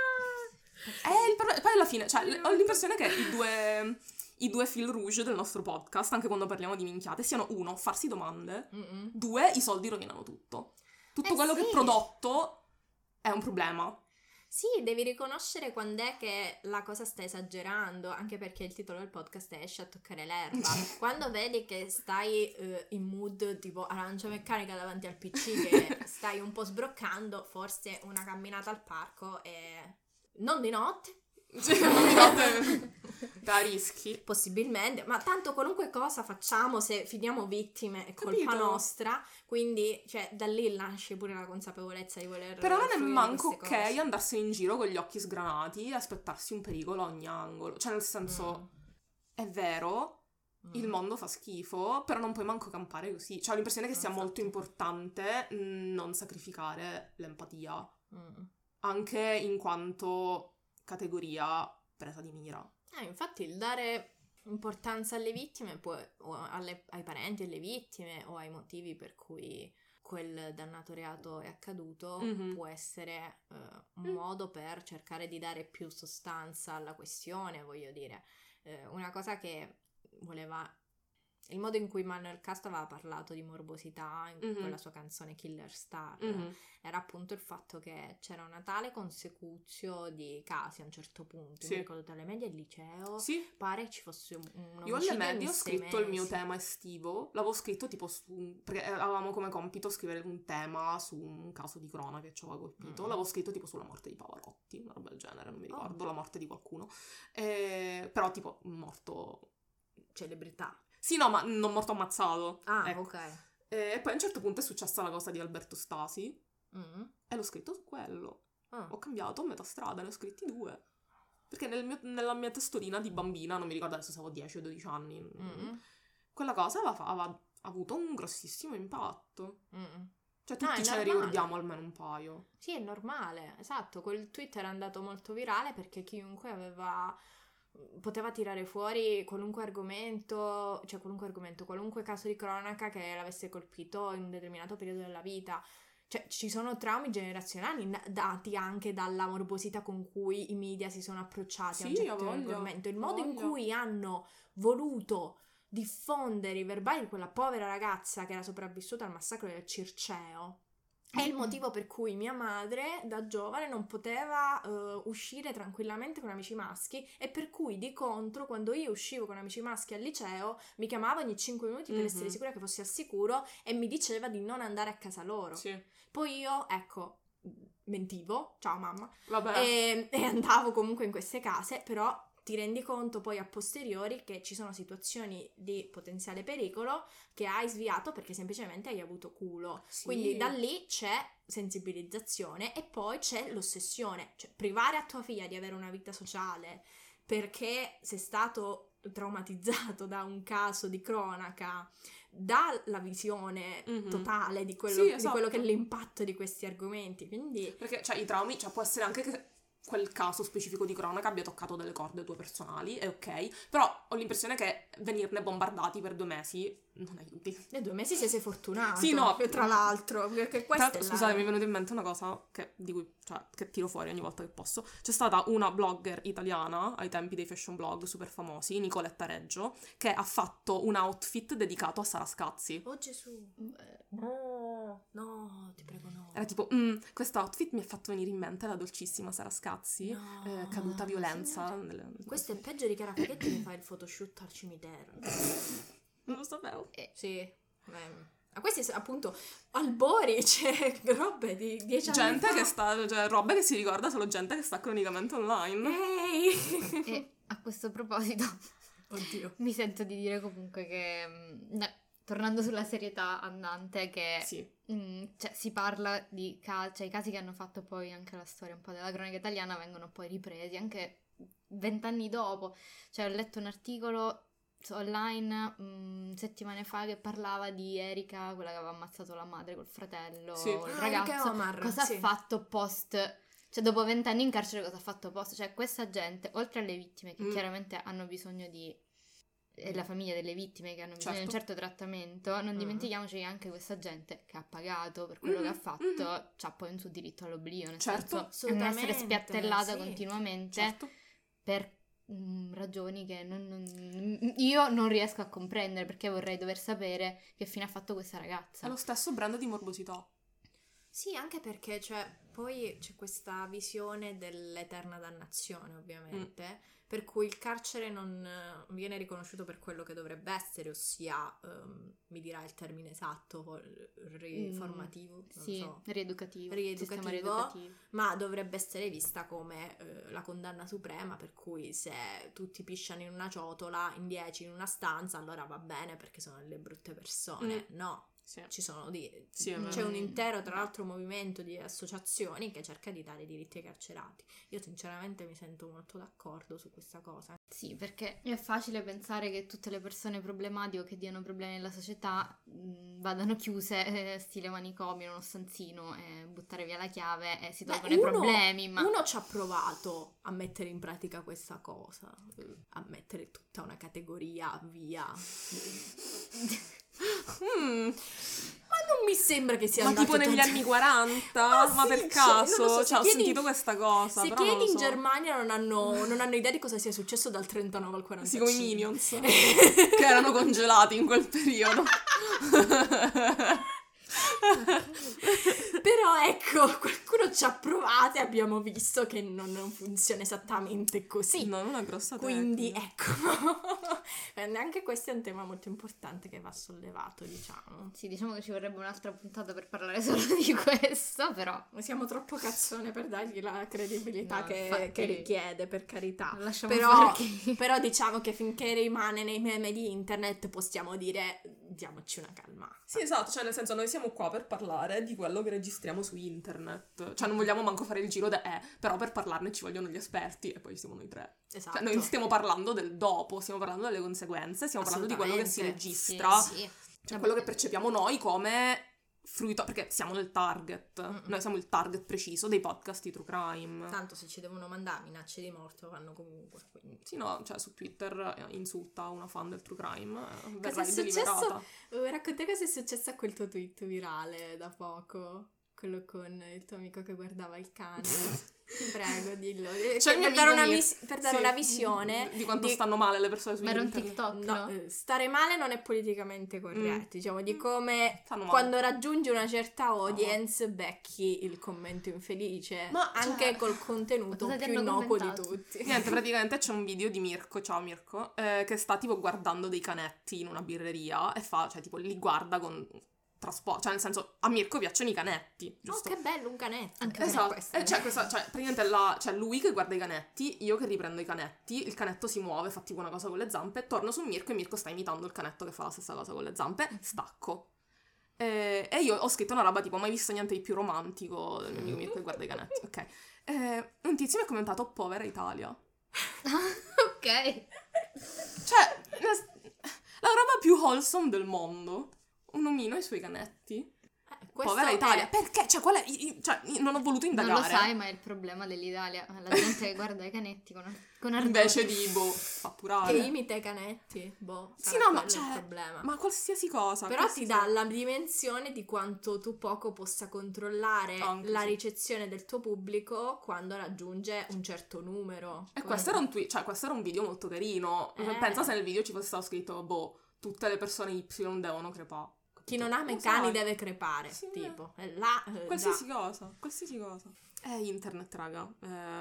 Poi alla fine, cioè, ho l'impressione che i due fil rouge del nostro podcast, anche quando parliamo di minchiate, siano: uno, farsi domande, due, i soldi rovinano tutto. Tutto quello che è prodotto è un problema. Sì, devi riconoscere quando è che la cosa sta esagerando, anche perché il titolo del podcast è Esci a toccare l'erba. Quando vedi che stai in mood tipo arancia meccanica davanti al PC, che stai un po' sbroccando, forse una camminata al parco e non di notte. Da rischi. Possibilmente, ma tanto qualunque cosa facciamo, se finiamo vittime è colpa Capito. nostra, quindi cioè da lì nasce pure la consapevolezza di voler Però non è fruire di manco ok queste cose. andarsene in giro con gli occhi sgranati e aspettarsi un pericolo a ogni angolo. Cioè, nel senso, è vero, il mondo fa schifo, però non puoi manco campare così. Cioè, ho l'impressione che sia molto importante non sacrificare l'empatia, anche in quanto categoria presa di mira. Infatti il dare importanza alle vittime, o ai parenti delle vittime o ai motivi per cui quel dannato reato è accaduto può essere un modo per cercare di dare più sostanza alla questione, voglio dire. Una cosa che voleva... Il modo in cui Manuel Cast aveva parlato di morbosità in quella sua canzone Killer Star era appunto il fatto che c'era una tale consecuzio di casi a un certo punto. Sì. Mi ricordo tra le medie e il liceo, Sì. pare ci fosse un Io alle omicidio medie in ho 6 scritto il mio mesi. tema estivo, l'avevo scritto tipo perché avevamo come compito scrivere un tema su un caso di cronaca che ci aveva colpito, l'avevo scritto tipo sulla morte di Pavarotti, una roba del genere, non mi ricordo, la morte di qualcuno, però tipo morto... Celebrità. Sì, no, ma non morto ammazzato. Ecco. Ok. E poi a un certo punto è successa la cosa di Alberto Stasi e l'ho scritto su quello. Ho cambiato a metà strada, ne ho scritti 2. Perché nella mia testolina di bambina, non mi ricordo adesso se avevo 10 o 12 anni, quella cosa aveva avuto un grossissimo impatto. Cioè tutti ce ne ricordiamo almeno un paio. Sì, è normale, esatto. Quel tweet era andato molto virale perché chiunque poteva tirare fuori qualunque argomento, qualunque caso di cronaca che l'avesse colpito in un determinato periodo della vita. Cioè, ci sono traumi generazionali dati anche dalla morbosità con cui i media si sono approcciati a un certo argomento. Il modo in cui hanno voluto diffondere i verbali di quella povera ragazza che era sopravvissuta al massacro del Circeo è il motivo per cui mia madre da giovane non poteva uscire tranquillamente con amici maschi e per cui di contro quando io uscivo con amici maschi al liceo mi chiamava ogni 5 minuti per essere sicura che fossi al sicuro e mi diceva di non andare a casa loro. Sì. Poi io, ecco, mentivo, ciao mamma, Vabbè. e andavo comunque in queste case, però ti rendi conto poi a posteriori che ci sono situazioni di potenziale pericolo che hai sviato perché semplicemente hai avuto culo. Sì. Quindi da lì c'è sensibilizzazione e poi c'è l'ossessione, cioè privare a tua figlia di avere una vita sociale perché sei stato traumatizzato da un caso di cronaca, dalla visione totale di quello, Sì, esatto. di quello che è l'impatto di questi argomenti. Quindi perché cioè i traumi, cioè può essere anche che quel caso specifico di cronaca abbia toccato delle corde tue personali, è ok, però ho l'impressione che venirne bombardati per 2 mesi non aiuti. nei 2 mesi sei fortunato. Sì, no. Tra l'altro, perché questa Scusate, mi è venuta in mente una cosa di cui, cioè, che tiro fuori ogni volta che posso. C'è stata una blogger italiana ai tempi dei fashion blog super famosi, Nicoletta Reggio, che ha fatto un outfit dedicato a Sara Scazzi. Oh Gesù. No, ti prego no. Era tipo, questo outfit mi ha fatto venire in mente la dolcissima Sara Scazzi, caduta violenza. Questo è peggio di Chiara Faghetti che fa il photoshoot al cimitero. Non lo sapevo. Sì. Ma questi appunto albori, c'è robe di 10 anni Gente fa. che sta, cioè roba che si ricorda solo gente che sta cronicamente online. Ehi! E a questo proposito Oddio. mi sento di dire comunque che tornando sulla serietà andante che Sì. cioè, si parla di cioè, i casi che hanno fatto poi anche la storia un po' della cronaca italiana vengono poi ripresi anche 20 anni dopo. Cioè ho letto un articolo online settimane fa che parlava di Erika, quella che aveva ammazzato la madre col fratello, Sì. il ragazzo. Omar, Cosa sì. ha fatto post, cioè dopo 20 anni in carcere cosa ha fatto post? Cioè questa gente, oltre alle vittime che chiaramente hanno bisogno di e la famiglia delle vittime che hanno bisogno di un certo trattamento, non dimentichiamoci che anche questa gente che ha pagato per quello che ha fatto c'ha poi un suo diritto all'oblio, nel Certo, senso non essere spiattellata sì. continuamente Certo. per ragioni che io non riesco a comprendere, perché vorrei dover sapere che fine ha fatto questa ragazza. È lo stesso brand di morbosità. Sì, anche perché, cioè, Poi c'è questa visione dell'eterna dannazione, ovviamente, per cui il carcere non viene riconosciuto per quello che dovrebbe essere, ossia, mi dirà il termine esatto, riformativo, non sì, so. rieducativo, Rieducativo, sistema rieducativo. ma dovrebbe essere vista come la condanna suprema, per cui se tutti pisciano in una ciotola, in 10 in una stanza, allora va bene perché sono delle brutte persone. No. Sì. Ci sono c'è un intero, tra l'altro, movimento di associazioni che cerca di dare diritti ai carcerati. Io sinceramente mi sento molto d'accordo su questa cosa. Sì, perché è facile pensare che tutte le persone problematiche o che diano problemi alla società vadano chiuse, stile manicomio, in uno stanzino, buttare via la chiave e si tolgono i problemi. Ma uno ci ha provato a mettere in pratica questa cosa, a mettere tutta una categoria via. Ma non mi sembra che sia andato tipo negli tanto... anni 40? Ma sì, per non caso? lo so, Ho sentito questa cosa. Se però non chiedi lo in so. Germania non hanno idea di cosa sia successo dal 39 al 45. Sì, come i Minions, che erano congelati in quel periodo. Però ecco, qualcuno ci ha provato e abbiamo visto che non funziona esattamente così. No, non è grossa Quindi tecnica. ecco, anche questo è un tema molto importante che va sollevato, diciamo. sì, diciamo che ci vorrebbe un'altra puntata per parlare solo di questo, però Siamo troppo cazzone per dargli la credibilità No, che infatti, richiede, per carità. lo lasciamo Però, perché... però diciamo che finché rimane nei meme di internet possiamo dire diamoci una calmata. Sì, esatto, cioè nel senso noi siamo qua per parlare di quello che registriamo su internet. Cioè non vogliamo manco fare il giro però per parlarne ci vogliono gli esperti e poi siamo noi tre. Esatto. Cioè noi stiamo parlando del dopo, stiamo parlando delle conseguenze, stiamo parlando di quello che si registra, Sì. cioè quello che percepiamo noi come fruito, perché siamo nel target, noi siamo il target preciso dei podcast di true crime. Tanto se ci devono mandare minacce di morte vanno comunque, quindi. Sì, no, cioè su Twitter insulta una fan del true crime, Cosa verrai è deliberata. successo? Racconta cosa è successo a quel tuo tweet virale da poco, quello con il tuo amico che guardava il cane. Ti prego, dillo. Cioè, per dare una visione di quanto stanno male le persone su Ma era un internet. TikTok, No, no? stare male non è politicamente corretto, diciamo, di come Stanno male. quando raggiungi una certa audience becchi il commento infelice, Ma, anche cioè, col contenuto cosa ti più hanno innocuo di commentato? tutti. Niente, praticamente c'è un video di Mirko, ciao Mirko, che sta tipo guardando dei canetti in una birreria e fa, cioè tipo li guarda con trasporto, cioè nel senso a Mirko piacciono i canetti, giusto? Oh, che bello, un canetto. Anche Esatto, questo. e c'è questa, cioè praticamente c'è lui che guarda i canetti, io che riprendo i canetti, il canetto si muove, fa tipo una cosa con le zampe, torno su Mirko e Mirko sta imitando il canetto che fa la stessa cosa con le zampe, stacco. E io ho scritto una roba tipo mai visto niente di più romantico del mio amico Mirko che guarda i canetti, ok. Un tizio mi ha commentato povera Italia. Ok. Cioè, la roba più wholesome del mondo. Un omino e i suoi canetti. Questo Povera è- Italia. Perché? Cioè, qual è? Cioè, non ho voluto indagare. Non lo sai, ma è il problema dell'Italia. La gente che guarda i canetti con ardore. Invece di, fatturare. Che imita i canetti, Sì, sarà no, ma quello il cioè, problema. ma qualsiasi cosa. Però ti dà la dimensione di quanto tu poco possa controllare Anche la sì. ricezione del tuo pubblico quando raggiunge un certo numero. E questo era un tweet, cioè questo era un video molto carino. Pensa se nel video ci fosse stato scritto, tutte le persone Y devono crepare. Chi non ama i Lo cani sai. deve crepare, Sì, tipo. È là, Qualsiasi cosa. È internet, raga.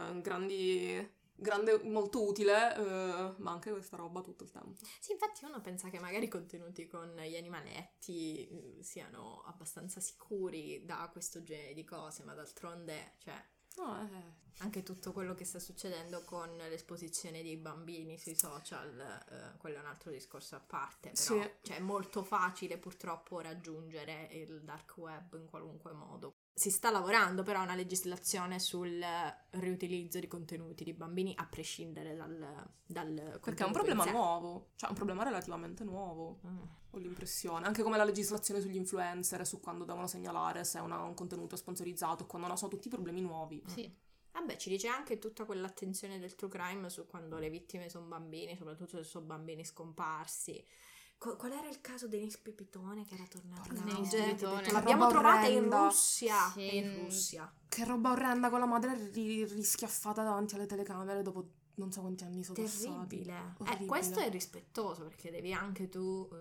Grande, molto utile, ma anche questa roba tutto il tempo. Sì, infatti uno pensa che magari i contenuti con gli animaletti siano abbastanza sicuri da questo genere di cose, ma d'altronde, cioè, anche tutto quello che sta succedendo con l'esposizione dei bambini sui social, quello è un altro discorso a parte, però Sì. cioè, è molto facile purtroppo raggiungere il dark web in qualunque modo. Si sta lavorando però a una legislazione sul riutilizzo di contenuti di bambini a prescindere dal Perché è un problema nuovo, cioè un problema relativamente nuovo, ho l'impressione. Anche come la legislazione sugli influencer, su quando devono segnalare se un contenuto è sponsorizzato, quando no, sono tutti problemi nuovi. Sì. Vabbè, ci dice anche tutta quell'attenzione del true crime su quando le vittime sono bambini, soprattutto se sono bambini scomparsi. Qual era il caso Denis Pipitone che era tornato in Denis auge? Pipitone. Che l'abbiamo Roba trovata in orrenda. Russia. Sì. In Russia. Che roba orrenda, con la madre rischiaffata davanti alle telecamere dopo non so quanti anni sono passati. Terribile. Orribile. Questo è rispettoso perché devi anche tu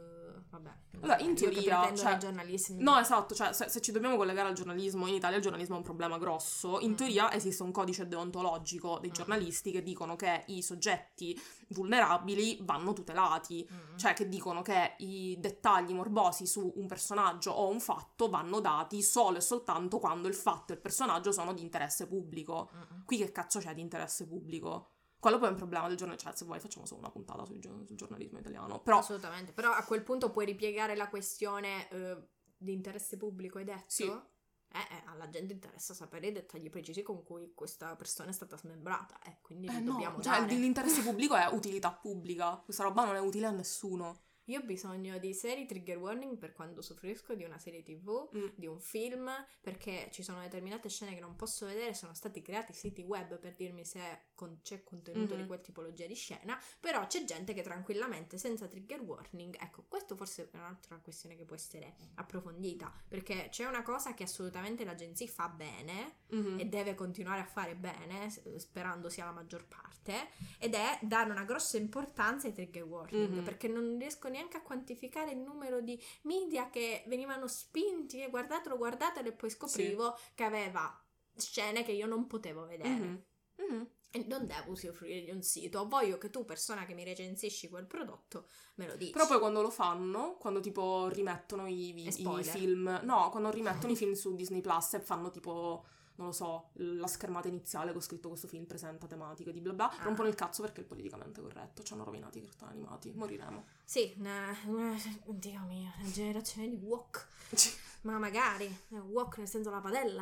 vabbè. Allora, in teoria, cioè, giornalismo. No, esatto, cioè se ci dobbiamo collegare al giornalismo, in Italia il giornalismo è un problema grosso. In teoria esiste un codice deontologico dei giornalisti che dicono che i soggetti vulnerabili vanno tutelati, cioè che dicono che i dettagli morbosi su un personaggio o un fatto vanno dati solo e soltanto quando il fatto e il personaggio sono di interesse pubblico. Qui che cazzo c'è di interesse pubblico? Quello poi è un problema del giornalismo, cioè se vuoi facciamo solo una puntata sul giornalismo italiano, però... Assolutamente, però a quel punto puoi ripiegare la questione di interesse pubblico, hai detto? Sì. Alla gente interessa sapere i dettagli precisi con cui questa persona è stata smembrata, quindi li no, dobbiamo cioè dare. l'interesse pubblico è utilità pubblica, questa roba non è utile a nessuno. Io ho bisogno di seri trigger warning per quando soffrisco di una serie TV, di un film, perché ci sono determinate scene che non posso vedere, sono stati creati siti web per dirmi se c'è contenuto di quel tipologia di scena, però c'è gente che tranquillamente, senza trigger warning, ecco, questo forse è un'altra questione che può essere approfondita, perché c'è una cosa che assolutamente l'agenzia fa bene e deve continuare a fare bene, sperando sia la maggior parte, ed è dare una grossa importanza ai trigger warning, perché non riesco neanche a quantificare il numero di media che venivano spinti e guardatelo e poi scoprivo che aveva scene che io non potevo vedere. E non devo usufruire di un sito, voglio che tu, persona che mi recensisci quel prodotto, me lo dici. Però poi quando lo fanno, quando tipo rimettono i film, no, quando rimettono i film su Disney Plus e fanno tipo, non lo so, la schermata iniziale con scritto questo film presenta tematiche di bla bla, rompono il cazzo perché è il politicamente corretto, ci hanno rovinato i cartoni animati, moriremo. Sì, Dio mio, una generazione di woke, ma magari, woke nel senso la padella.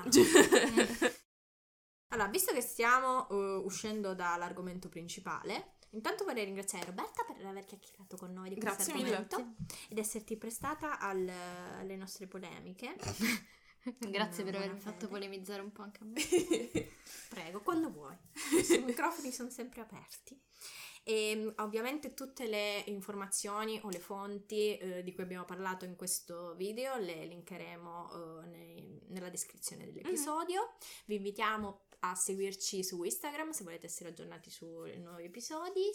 Allora, visto che stiamo uscendo dall'argomento principale, intanto vorrei ringraziare Roberta per aver chiacchierato con noi di questo argomento ed esserti prestata alle nostre polemiche. Grazie per avermi fatto polemizzare un po' anche a me. Prego, quando vuoi. I microfoni sono sempre aperti. E ovviamente tutte le informazioni o le fonti di cui abbiamo parlato in questo video le linkeremo nella descrizione dell'episodio. Vi invitiamo a seguirci su Instagram se volete essere aggiornati sui nuovi episodi,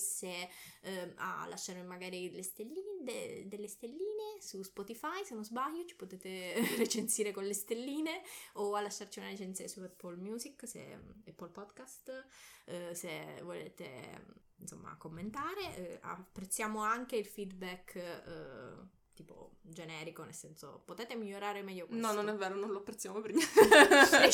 a lasciare magari le stelline, delle stelline su Spotify, se non sbaglio ci potete recensire con le stelline, o a lasciarci una recensione su Apple Music, Apple Podcast, se volete insomma commentare. Apprezziamo anche il feedback tipo generico, nel senso potete migliorare meglio questo. No, non è vero, non lo apprezziamo per niente.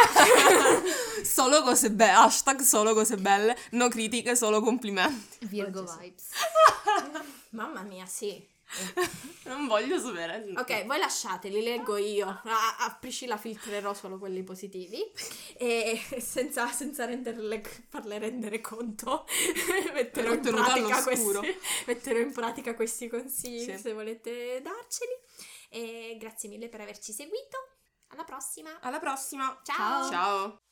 Solo cose belle, hashtag solo cose belle, no critiche, solo complimenti. Virgo vibes. Mamma mia, sì. Non voglio sapere. Ok, voi lasciateli, leggo io. A Priscilla filtrerò solo quelli positivi e senza farle rendere conto metterò in pratica questi consigli, se volete darceli. E grazie mille per averci seguito. Alla prossima. Alla prossima. Ciao. Ciao.